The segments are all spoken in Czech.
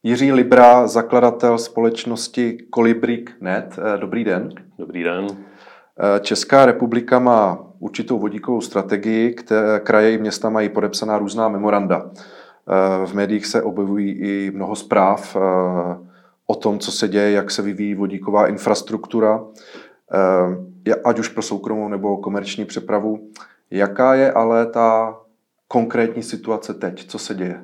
Jiří Libra, zakladatel společnosti Kolibrik.net. Dobrý den. Dobrý den. Česká republika má určitou vodíkovou strategii, kraje i města mají podepsaná různá memoranda. V médiích se objevují i mnoho zpráv o tom, co se děje, jak se vyvíjí vodíková infrastruktura, ať už pro soukromou nebo komerční přepravu. Jaká je ale ta konkrétní situace teď? Co se děje?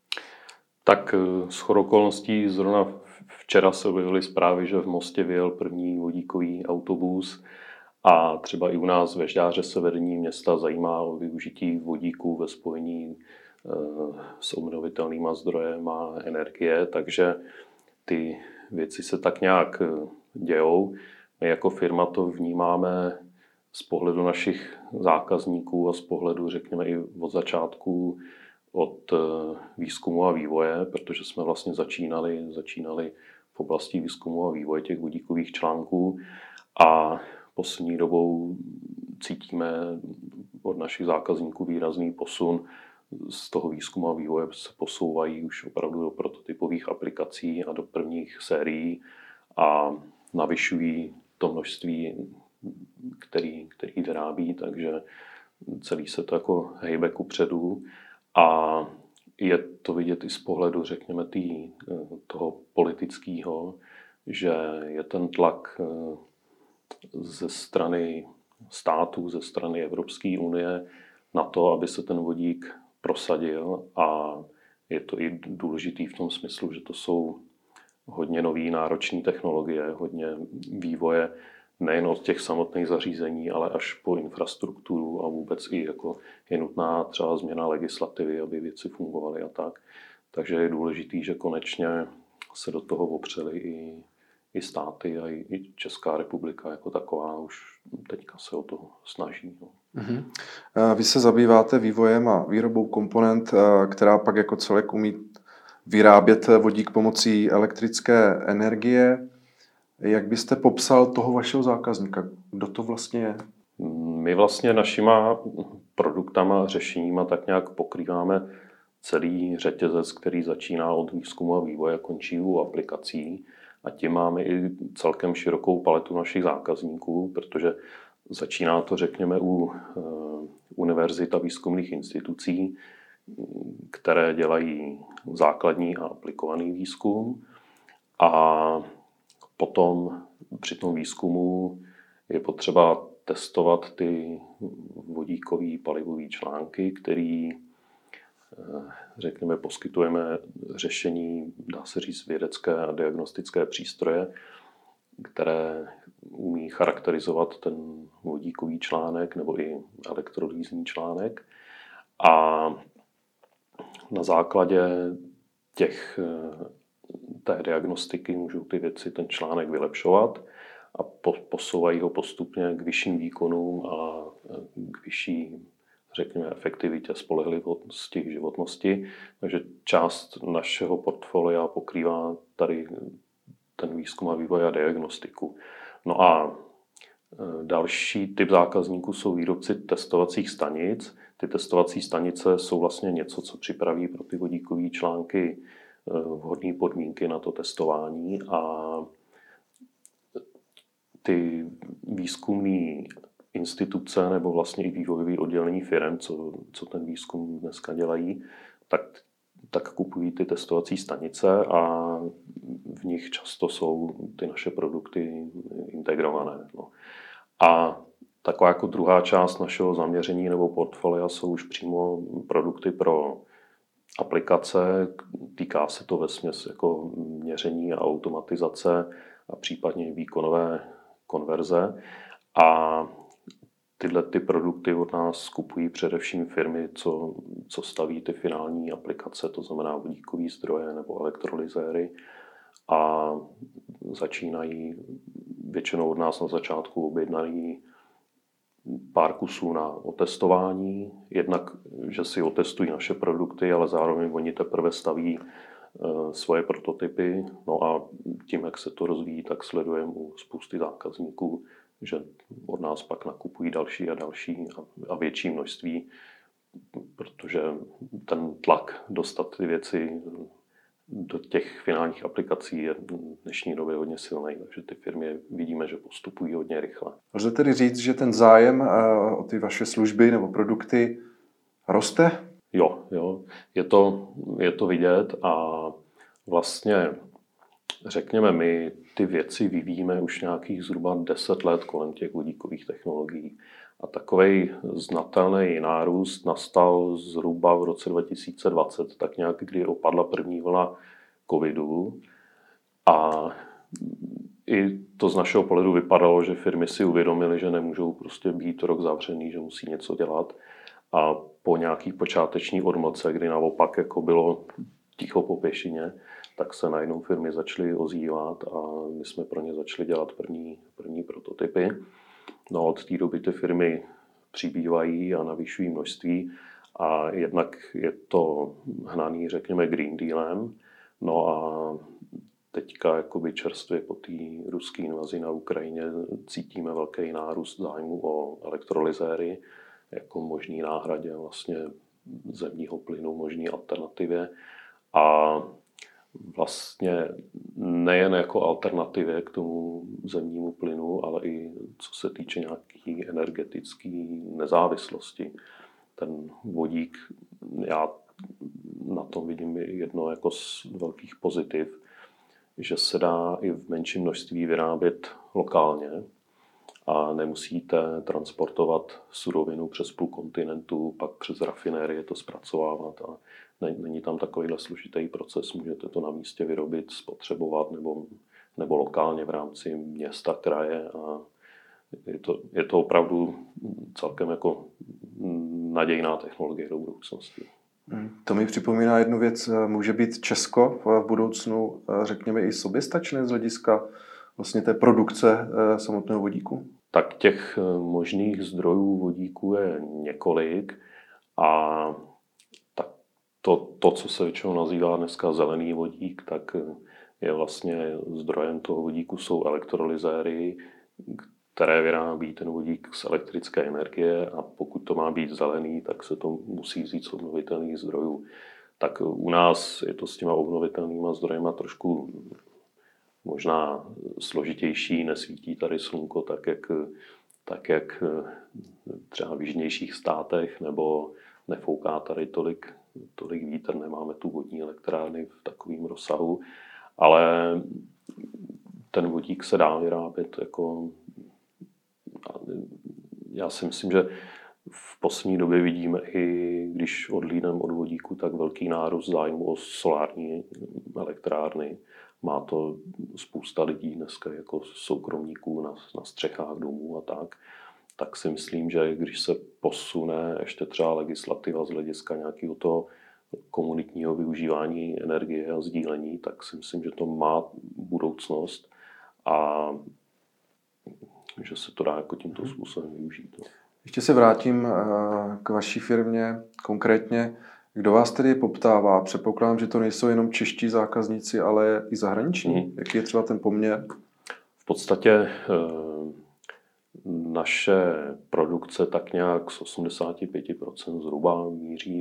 Tak shodou okolností zrovna včera se objevily zprávy, že v Mostě vyjel první vodíkový autobus a třeba i u nás ve Žďáře severní města zajímá o využití vodíku ve spojení s obnovitelnýma zdrojema energie, takže ty věci se tak nějak dějou. My jako firma to vnímáme z pohledu našich zákazníků a z pohledu, řekněme, i od začátku od výzkumu a vývoje, protože jsme vlastně začínali v oblasti výzkumu a vývoje těch vodíkových článků a poslední dobou cítíme od našich zákazníků výrazný posun. Z toho výzkumu a vývoje se posouvají už opravdu do prototypových aplikací a do prvních sérií a navyšují to množství, který vyrábí, takže celý se to jako hejbe kupředu. A je to vidět i z pohledu, řekněme, toho politického, že je ten tlak ze strany států, ze strany Evropské unie na to, aby se ten vodík prosadil, a je to i důležitý v tom smyslu, že to jsou hodně nový náročné technologie, hodně vývoje nejen od těch samotných zařízení, ale až po infrastrukturu a vůbec i jako je nutná třeba změna legislativy, aby věci fungovaly a tak. Takže je důležitý, že konečně se do toho opřely i státy a i Česká republika jako taková už teďka se o to snaží. No. Vy se zabýváte vývojem a výrobou komponent, která pak jako celek umí vyrábět vodík pomocí elektrické energie. Jak byste popsal toho vašeho zákazníka? Kdo to vlastně je? My vlastně našima produktama, řešeníma tak nějak pokrýváme celý řetězec, který začíná od výzkumu a vývoje a končí u aplikací. A tím máme i celkem širokou paletu našich zákazníků, protože začíná to, řekněme, u univerzit a výzkumných institucí, které dělají základní a aplikovaný výzkum. A potom při tom výzkumu je potřeba testovat ty vodíkový palivový články, který, řekněme, poskytujeme řešení, dá se říct, vědecké a diagnostické přístroje, které umí charakterizovat ten vodíkový článek nebo i elektrolýzní článek. A na základě té diagnostiky můžou ty věci ten článek vylepšovat a posouvají ho postupně k vyšším výkonům a k vyšší, řekněme, efektivitě, spolehlivosti, životnosti. Takže část našeho portfolia pokrývá tady ten výzkum a vývoj a diagnostiku. No a další typ zákazníků jsou výrobci testovacích stanic. Ty testovací stanice jsou vlastně něco, co připraví pro ty vodíkové články vhodné podmínky na to testování, a ty výzkumné instituce nebo vlastně i vývojové oddělení firem, co ten výzkum dneska dělají, tak kupují ty testovací stanice a v nich často jsou ty naše produkty integrované. No. A taková jako druhá část našeho zaměření nebo portfolia jsou už přímo produkty pro aplikace, týká se to vesměs jako měření a automatizace a případně výkonové konverze. A tyhle ty produkty od nás kupují především firmy, co staví ty finální aplikace, to znamená vodíkové zdroje nebo elektrolyzéry, a začínají většinou od nás na začátku objednají pár kusů na otestování. Jednak, že si otestují naše produkty, ale zároveň oni teprve staví svoje prototypy. No a tím, jak se to rozvíjí, tak sledujeme u spousty zákazníků, že od nás pak nakupují další a další a větší množství, protože ten tlak dostat ty věci do těch finálních aplikací je v dnešní době hodně silný, takže ty firmy vidíme, že postupují hodně rychle. Lze tedy říct, že ten zájem o ty vaše služby nebo produkty roste? Jo, je to vidět a vlastně řekněme, my ty věci vyvíjíme už nějakých zhruba 10 let kolem těch vodíkových technologií. A takovej znatelný nárůst nastal zhruba v roce 2020, tak nějak, kdy opadla první vlna covidu. A i to z našeho pohledu vypadalo, že firmy si uvědomily, že nemůžou prostě být rok zavřený, že musí něco dělat. A po nějakých počátečních odmlce, kdy naopak jako bylo ticho po pěšině, tak se najednou firmy začaly ozývat a my jsme pro ně začali dělat první prototypy. No od té doby ty firmy přibývají a navyšují množství a jednak je to hnaný, řekněme, Green Dealem. No a teďka jakoby čerstvě po té ruské invazi na Ukrajině cítíme velký nárůst zájmu o elektrolyzéry jako možný náhradě vlastně zemního plynu, možný alternativě. A vlastně nejen jako alternativě k tomu zemnímu plynu, ale i co se týče nějaké energetické nezávislosti. Ten vodík, já na tom vidím jedno jako z velkých pozitiv, že se dá i v menším množství vyrábět lokálně a nemusíte transportovat surovinu přes půl kontinentu, pak přes rafinérie to zpracovávat a není tam takovýhle složitý proces, můžete to na místě vyrobit, spotřebovat nebo lokálně v rámci města, kraje a je to opravdu celkem jako nadějná technologie do budoucnosti. To mi připomíná jednu věc, může být Česko v budoucnu, řekněme, i soběstačné z hlediska vlastně té produkce samotného vodíku? Tak těch možných zdrojů vodíku je několik a to, co se většinou nazývá dneska zelený vodík, tak je vlastně zdrojem toho vodíku jsou elektrolyzéry, které vyrábí ten vodík z elektrické energie a pokud to má být zelený, tak se to musí vzít z obnovitelných zdrojů. Tak u nás je to s těma obnovitelnýma zdrojema trošku možná složitější, nesvítí tady slunko tak jak třeba v jižnějších státech, nebo nefouká tady tolik vítr, nemáme tu vodní elektrárny v takovém rozsahu, ale ten vodík se dá vyrábět jako... Já si myslím, že v poslední době vidíme i když odhlídneme od vodíku, tak velký nárůst zájmu o solární elektrárny. Má to spousta lidí dneska jako soukromníků na střechách domů a tak si myslím, že když se posune ještě třeba legislativa z hlediska nějakého toho komunitního využívání energie a sdílení, tak si myslím, že to má budoucnost a že se to dá jako tímto způsobem využít. Ještě se vrátím k vaší firmě konkrétně. Kdo vás tedy poptává? Předpokládám, že to nejsou jenom čeští zákazníci, ale i zahraniční. Jaký je třeba ten poměr? V podstatě naše produkce tak nějak z 85% zhruba míří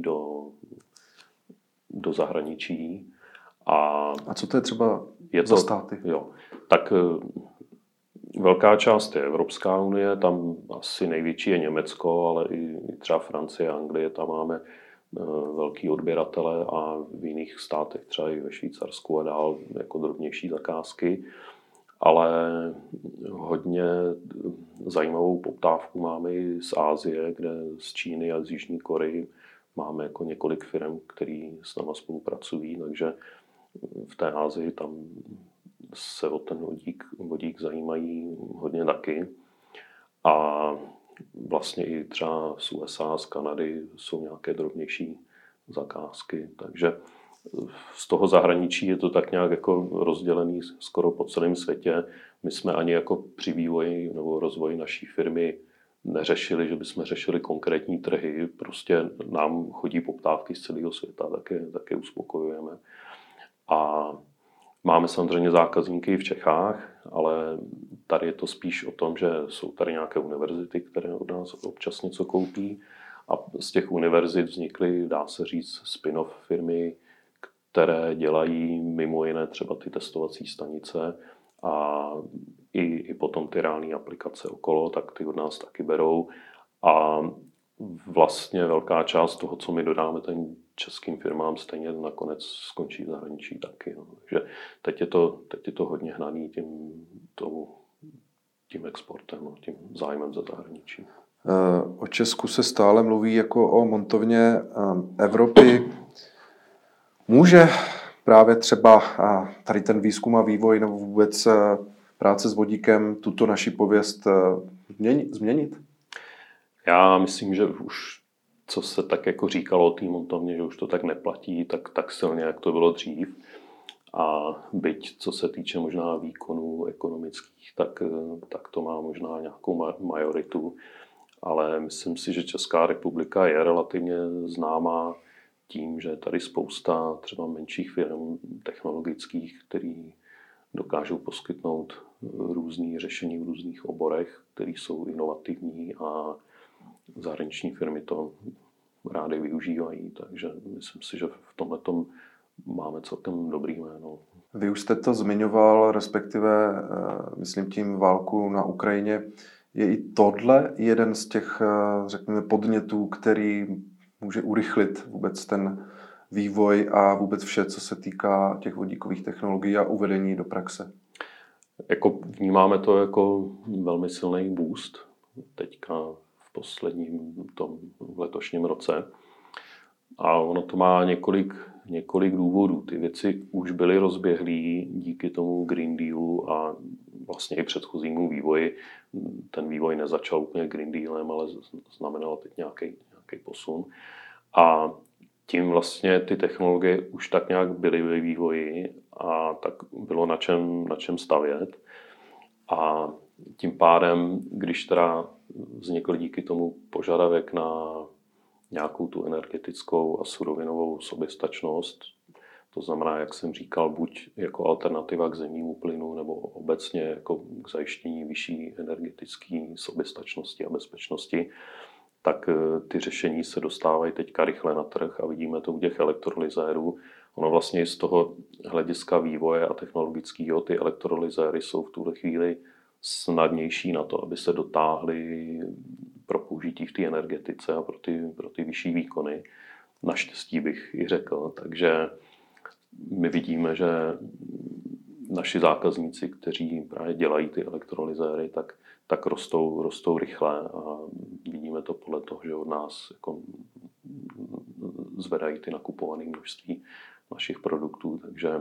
do zahraničí. A co to je třeba za státy? Jo, tak velká část je Evropská unie, tam asi největší je Německo, ale i třeba Francie a Anglie, tam máme velký odběratele a v jiných státech, třeba i ve Švýcarsku a dál jako drobnější zakázky. Ale hodně zajímavou poptávku máme i z Asie, kde z Číny a z Jižní Koreji máme jako několik firm, které s náma spolupracují, takže v té Asii tam se o ten vodík zajímají hodně taky. A vlastně i třeba z USA, z Kanady jsou nějaké drobnější zakázky, takže z toho zahraničí je to tak nějak jako rozdělený skoro po celém světě. My jsme ani jako při vývoji nebo rozvoji naší firmy neřešili, že bychom řešili konkrétní trhy. Prostě nám chodí poptávky z celého světa, tak je uspokojujeme. A máme samozřejmě zákazníky v Čechách, ale tady je to spíš o tom, že jsou tady nějaké univerzity, které od nás občas něco koupí. A z těch univerzit vznikly, dá se říct, spin-off firmy, které dělají mimo jiné třeba ty testovací stanice a i potom ty reální aplikace okolo, tak ty od nás taky berou. A vlastně velká část toho, co my dodáme těm českým firmám, stejně nakonec skončí v zahraničí taky. No. Takže teď je to hodně hnaný tím exportem, no, tím zájmem za zahraničí. O Česku se stále mluví jako o montovně Evropy. Může právě třeba tady ten výzkum a vývoj nebo vůbec práce s vodíkem tuto naši pověst změnit? Já myslím, že už co se tak jako říkalo o té montovně, že už to tak neplatí tak silně, jak to bylo dřív. A byť co se týče možná výkonů ekonomických, tak to má možná nějakou majoritu. Ale myslím si, že Česká republika je relativně známá tím, že je tady spousta třeba menších firm technologických, který dokážou poskytnout různé řešení v různých oborech, které jsou inovativní a zahraniční firmy to rády využívají. Takže myslím si, že v tomhletom máme celkem dobrý jméno. Vy už jste to zmiňoval, respektive myslím tím válku na Ukrajině. Je i tohle jeden z těch, řekněme, podnětů, který může urychlit vůbec ten vývoj a vůbec vše, co se týká těch vodíkových technologií a uvedení do praxe? Vnímáme to jako velmi silný boost teďka v letošním roce. A ono to má několik důvodů. Ty věci už byly rozběhlý díky tomu Green Dealu a vlastně i předchozímu vývoji. Ten vývoj nezačal úplně Green Dealem, ale znamenal teď nějaký posun. A tím vlastně ty technologie už tak nějak byly ve vývoji a tak bylo na čem stavět. A tím pádem, když teda vznikl díky tomu požadavek na nějakou tu energetickou a surovinovou soběstačnost, to znamená, jak jsem říkal, buď jako alternativa k zemnímu plynu, nebo obecně jako k zajištění vyšší energetické soběstačnosti a bezpečnosti, tak ty řešení se dostávají teďka rychle na trh a vidíme to u těch elektrolyzérů. Ono vlastně i z toho hlediska vývoje a technologického ty elektrolyzéry jsou v tuhle chvíli snadnější na to, aby se dotáhly pro použití v té energetice a pro ty vyšší výkony. Naštěstí bych i řekl. Takže my vidíme, že naši zákazníci, kteří právě dělají ty elektrolyzéry, tak rostou rychle a vidíme to podle toho, že od nás jako zvedají ty nakupované množství našich produktů, takže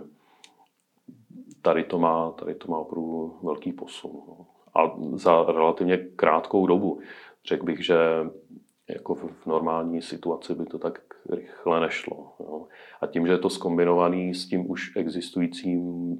tady to má opravdu velký posun. No. A za relativně krátkou dobu. Řekl bych, že jako v normální situaci by to tak rychle nešlo. Jo. A tím, že je to zkombinovaný s tím už existujícím,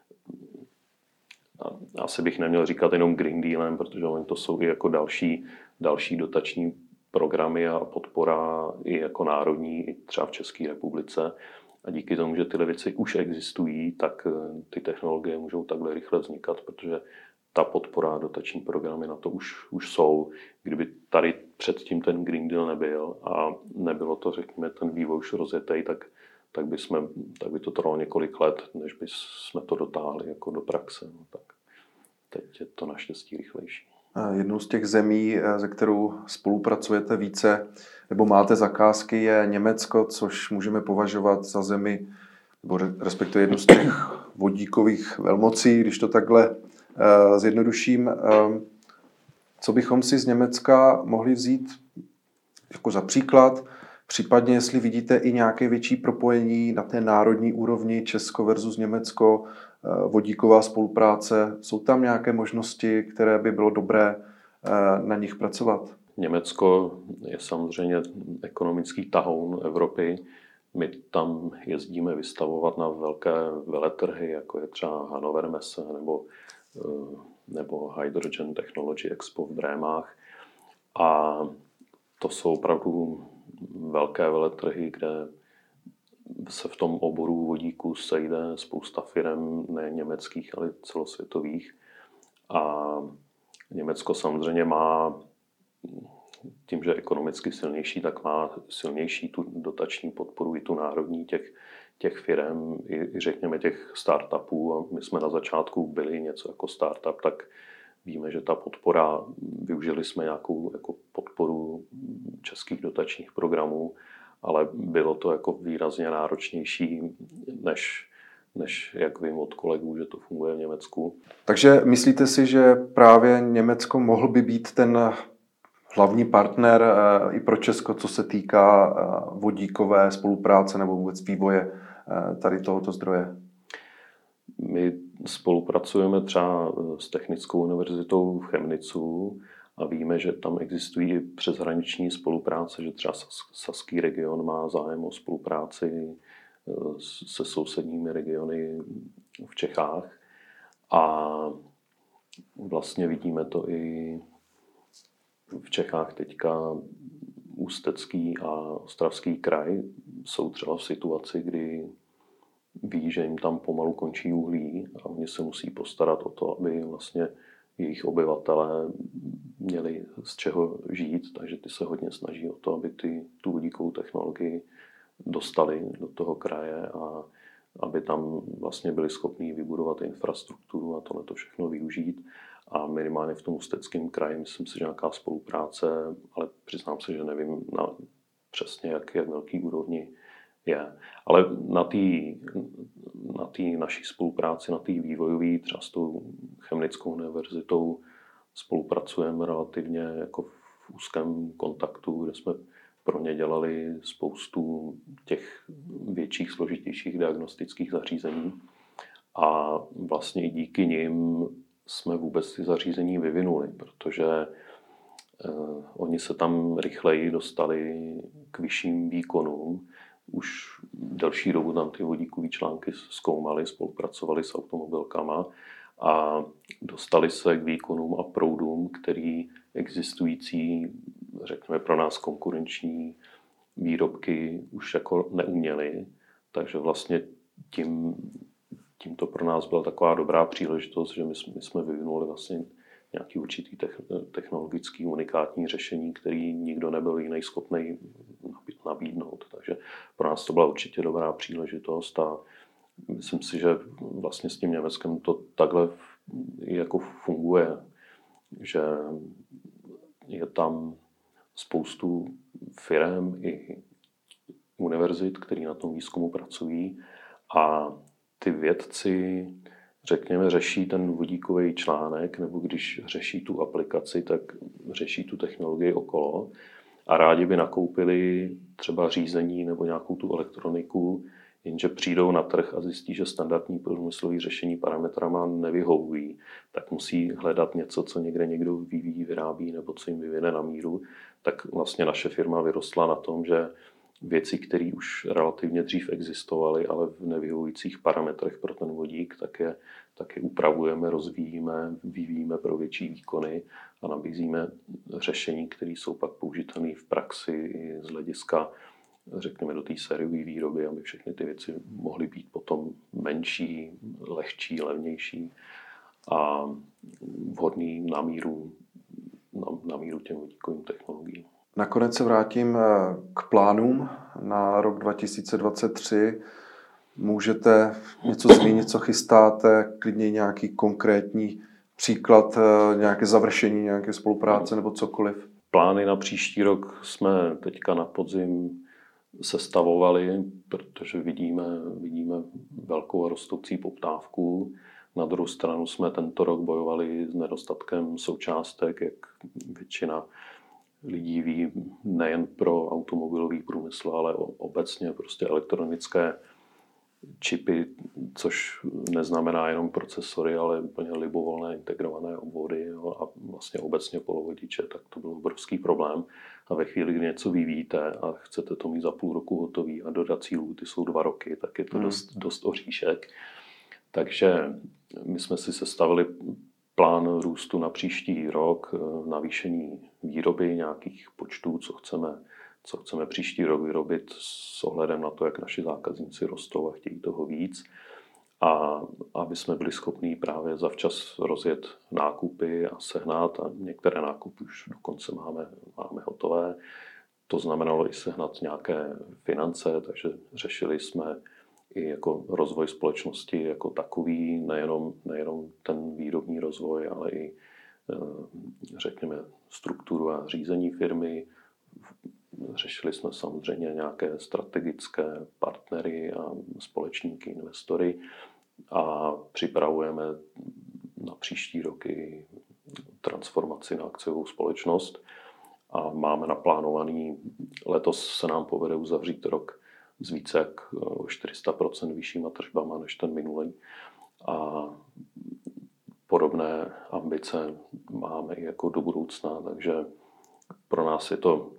asi bych neměl říkat jenom Green Dealem, protože oni to jsou i jako další dotační programy a podpora i jako národní, i třeba v České republice. A díky tomu, že tyhle věci už existují, tak ty technologie můžou takhle rychle vznikat, protože ta podpora a dotační programy na to už jsou. Kdyby tady předtím ten Green Deal nebyl a nebylo to, řekněme, ten vývoj už rozjetý, tak by to trvalo několik let, než by jsme to dotáhli jako do praxe. No, tak teď je to naštěstí rychlejší. Jednou z těch zemí, se kterou spolupracujete více, nebo máte zakázky, je Německo, což můžeme považovat za zemi, nebo respektive jednu z těch vodíkových velmocí, když to takhle zjednoduším. Co bychom si z Německa mohli vzít jako za příklad, případně jestli vidíte i nějaké větší propojení na té národní úrovni Česko versus Německo, vodíková spolupráce. Jsou tam nějaké možnosti, které by bylo dobré na nich pracovat? Německo je samozřejmě ekonomický tahoun Evropy. My tam jezdíme vystavovat na velké veletrhy, jako je třeba Hannover Messe nebo Hydrogen Technology Expo v Brémách. A to jsou opravdu velké veletrhy, kde se v tom oboru vodíku sejde spousta firem, ne německých, ale celosvětových. A Německo samozřejmě má, tím, že je ekonomicky silnější, tak má silnější tu dotační podporu i tu národní těch firm i řekněme těch startupů, a my jsme na začátku byli něco jako startup, tak víme, že ta podpora, využili jsme nějakou jako podporu českých dotačních programů, ale bylo to jako výrazně náročnější, než jak vím od kolegů, že to funguje v Německu. Takže myslíte si, že právě Německo mohl by být ten hlavní partner i pro Česko, co se týká vodíkové spolupráce nebo vůbec vývoje tady tohoto zdroje? My spolupracujeme třeba s Technickou univerzitou v Chemnitzu a víme, že tam existují i přeshraniční spolupráce, že třeba Saský region má zájem o spolupráci se sousedními regiony v Čechách. A vlastně vidíme to i v Čechách teďka. Ústecký a Ostravský kraj jsou třeba v situaci, kdy ví, že jim tam pomalu končí uhlí a oni se musí postarat o to, aby vlastně jejich obyvatelé měli z čeho žít, takže ty se hodně snaží o to, aby tu vodíkovou technologii dostali do toho kraje a aby tam vlastně byli schopní vybudovat infrastrukturu a tohle to všechno využít. A minimálně v tom Ústeckém kraji myslím si, že nějaká spolupráce, ale přiznám se, že nevím přesně, jak velký úrovni je. Ale na té naší spolupráci, na té vývojové, třeba s tou Chemnickou univerzitou spolupracujeme relativně jako v úzkém kontaktu, kde jsme pro ně dělali spoustu těch větších, složitějších diagnostických zařízení. A vlastně i díky nim jsme vůbec ty zařízení vyvinuli, protože oni se tam rychleji dostali k vyšším výkonům. Už delší dobu tam ty vodíkové články zkoumali, spolupracovali s automobilkama a dostali se k výkonům a proudům, který existující, řekněme pro nás konkurenční výrobky už jako neuměly. Takže vlastně tím to pro nás byla taková dobrá příležitost, že my jsme vyvinuli vlastně nějaký určitý technologický unikátní řešení, který nikdo nebyl jiný schopný nabídnout. Takže pro nás to byla určitě dobrá příležitost a myslím si, že vlastně s tím Německem to takhle jako funguje, že je tam spoustu firem i univerzit, který na tom výzkumu pracují a ty vědci, řekněme, řeší ten vodíkový článek, nebo když řeší tu aplikaci, tak řeší tu technologii okolo a rádi by nakoupili třeba řízení nebo nějakou tu elektroniku, jenže přijdou na trh a zjistí, že standardní průmyslové řešení parametrama nevyhovují, tak musí hledat něco, co někde někdo vyvíjí, vyrábí nebo co jim vyvine na míru. Tak vlastně naše firma vyrostla na tom, že věci, které už relativně dřív existovaly, ale v nevyhovujících parametrech pro ten vodík, tak je upravujeme, rozvíjíme, vyvíjíme pro větší výkony a nabízíme řešení, které jsou pak použitelné v praxi i z hlediska, řekněme, do té sériové výroby, aby všechny ty věci mohly být potom menší, lehčí, levnější a vhodný na míru těm vodíkovým technologiím. Nakonec se vrátím k plánům na rok 2023. Můžete něco zmínit, co chystáte, klidně nějaký konkrétní příklad, nějaké završení, nějaké spolupráce nebo cokoliv? Plány na příští rok jsme teďka na podzim sestavovali, protože vidíme velkou rostoucí poptávku. Na druhou stranu jsme tento rok bojovali s nedostatkem součástek, jak většina lidí ví, nejen pro automobilový průmysl, ale obecně prostě elektronické čipy, což neznamená jenom procesory, ale úplně libovolné integrované obvody, jo, a vlastně obecně polovodiče, tak to byl obrovský problém. A ve chvíli, kdy něco vyvíjíte a chcete to mít za půl roku hotový a dodací lhůty jsou 2 roky, tak je to dost oříšek. Takže my jsme si sestavili plán růstu na příští rok, navýšení výroby nějakých počtů, co chceme příští rok vyrobit s ohledem na to, jak naši zákazníci rostou a chtějí toho víc. A aby jsme byli schopní právě zavčas rozjet nákupy a sehnat, a některé nákupy už dokonce máme hotové. To znamenalo i sehnat nějaké finance, takže řešili jsme i jako rozvoj společnosti jako takový, nejenom ten výrobní rozvoj, ale i řekněme strukturu a řízení firmy. Řešili jsme samozřejmě nějaké strategické partnery a společníky, investory a připravujeme na příští roky transformaci na akciovou společnost a máme naplánovaný, letos se nám povede uzavřít rok s více jak o 400% vyššíma tržbama než ten minulý a podobné ambice máme i jako do budoucna, takže pro nás je to,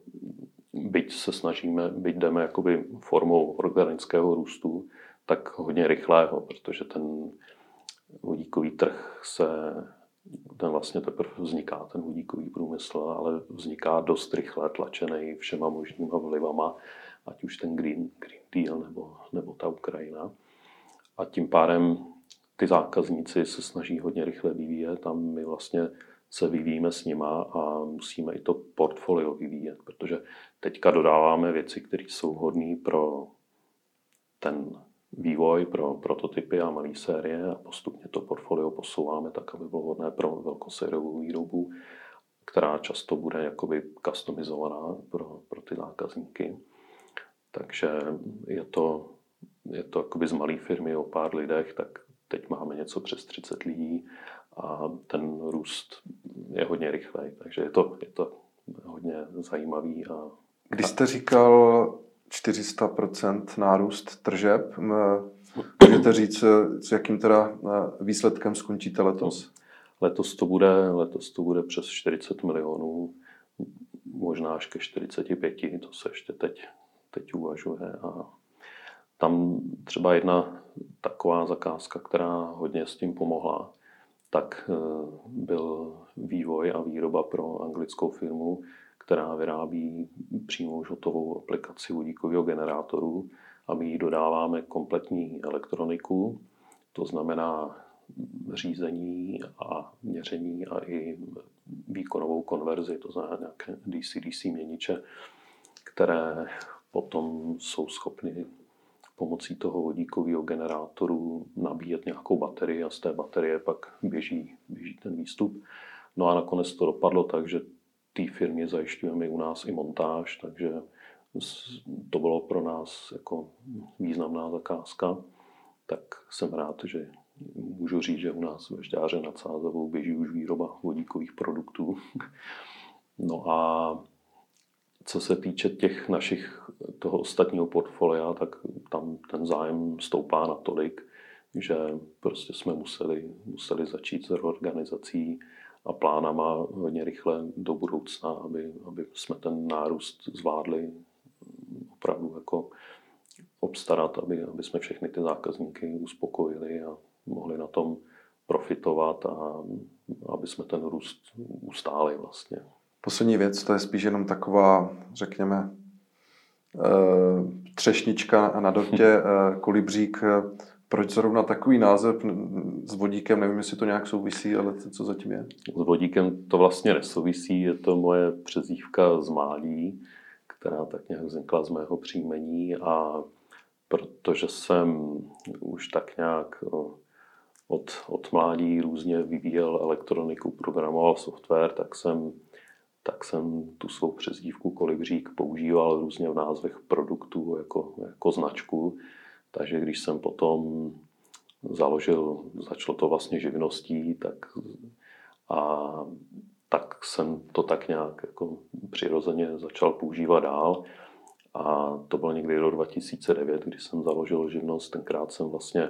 byť jdeme jakoby formou organického růstu, tak hodně rychlého, protože ten vodíkový trh ten vlastně teprve vzniká, ten vodíkový průmysl, ale vzniká dost rychle, tlačený všema možnýma vlivama, ať už ten Green Deal nebo ta Ukrajina. A tím pádem ty zákazníci se snaží hodně rychle vyvíjet a my vlastně se vyvíjíme s nima a musíme i to portfolio vyvíjet, protože teďka dodáváme věci, které jsou vhodné pro ten vývoj, pro prototypy a malé série a postupně to portfolio posouváme tak, aby bylo vhodné pro velkosériovou výrobu, která často bude jakoby customizovaná pro ty zákazníky. Takže je to jakoby z malé firmy o pár lidech, tak teď máme něco přes 30 lidí a ten růst je hodně rychlej, takže je to hodně zajímavý. Když jste říkal 400% nárůst tržeb, můžete říct, s jakým teda výsledkem skončíte letos? Letos to bude přes 40 milionů, možná až ke 45, to se ještě teď uvažuje. A tam třeba jedna taková zakázka, která hodně s tím pomohla, tak byl vývoj a výroba pro anglickou firmu, která vyrábí přímo už hotovou aplikaci vodíkového generátoru a my jí dodáváme kompletní elektroniku, to znamená řízení a měření a i výkonovou konverzi, to znamená nějaké DC-DC měniče, které potom jsou schopny pomocí toho vodíkového generátoru nabíjet nějakou baterii a z té baterie pak běží ten výstup. No a nakonec to dopadlo tak, že té firmě zajišťujeme u nás i montáž, takže to bylo pro nás jako významná zakázka. Tak jsem rád, že můžu říct, že u nás ve Žďáře nad Sázavou běží už výroba vodíkových produktů. No a co se týče těch toho ostatního portfolia, tak tam ten zájem stoupá natolik, že prostě jsme museli začít s reorganizací a plánama hodně rychle do budoucna, aby jsme ten nárůst zvládli opravdu jako obstarat, aby jsme všechny ty zákazníky uspokojili a mohli na tom profitovat a aby jsme ten růst ustáli vlastně. Poslední věc, to je spíš jenom taková, řekněme, třešnička na dortě, kolibřík. Proč zrovna takový název s vodíkem? Nevím, jestli to nějak souvisí, ale co zatím je? S vodíkem to vlastně nesouvisí, je to moje přezdívka z mládí, která tak nějak vznikla z mého příjmení a protože jsem už tak nějak od mládí různě vyvíjel elektroniku, programoval software, tak jsem tu svou přezdívku kolibřík používal různě v názvech produktů jako značku. Takže když jsem potom začalo to vlastně živností, tak jsem to tak nějak jako přirozeně začal používat dál. A to bylo někdy do 2009, kdy jsem založil živnost. Tenkrát jsem vlastně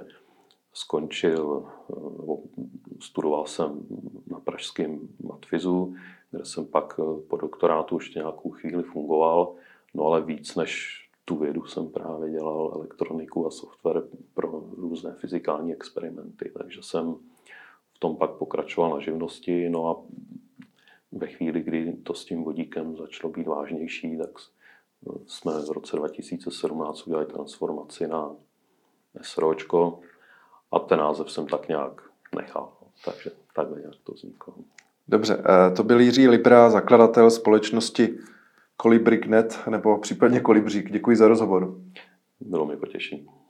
studoval jsem na pražském matfizu, kde jsem pak po doktorátu ještě nějakou chvíli fungoval, no ale víc než tu vědu jsem právě dělal elektroniku a software pro různé fyzikální experimenty, takže jsem v tom pak pokračoval na živnosti, no a ve chvíli, kdy to s tím vodíkem začalo být vážnější, tak jsme v roce 2017 udělali transformaci na SROčko a ten název jsem tak nějak nechal, takže takhle nějak to vzniklo. Dobře, to byl Jiří Libra, zakladatel společnosti Kolibrik.net nebo případně Kolibřík. Děkuji za rozhovor. Bylo mi potěšení.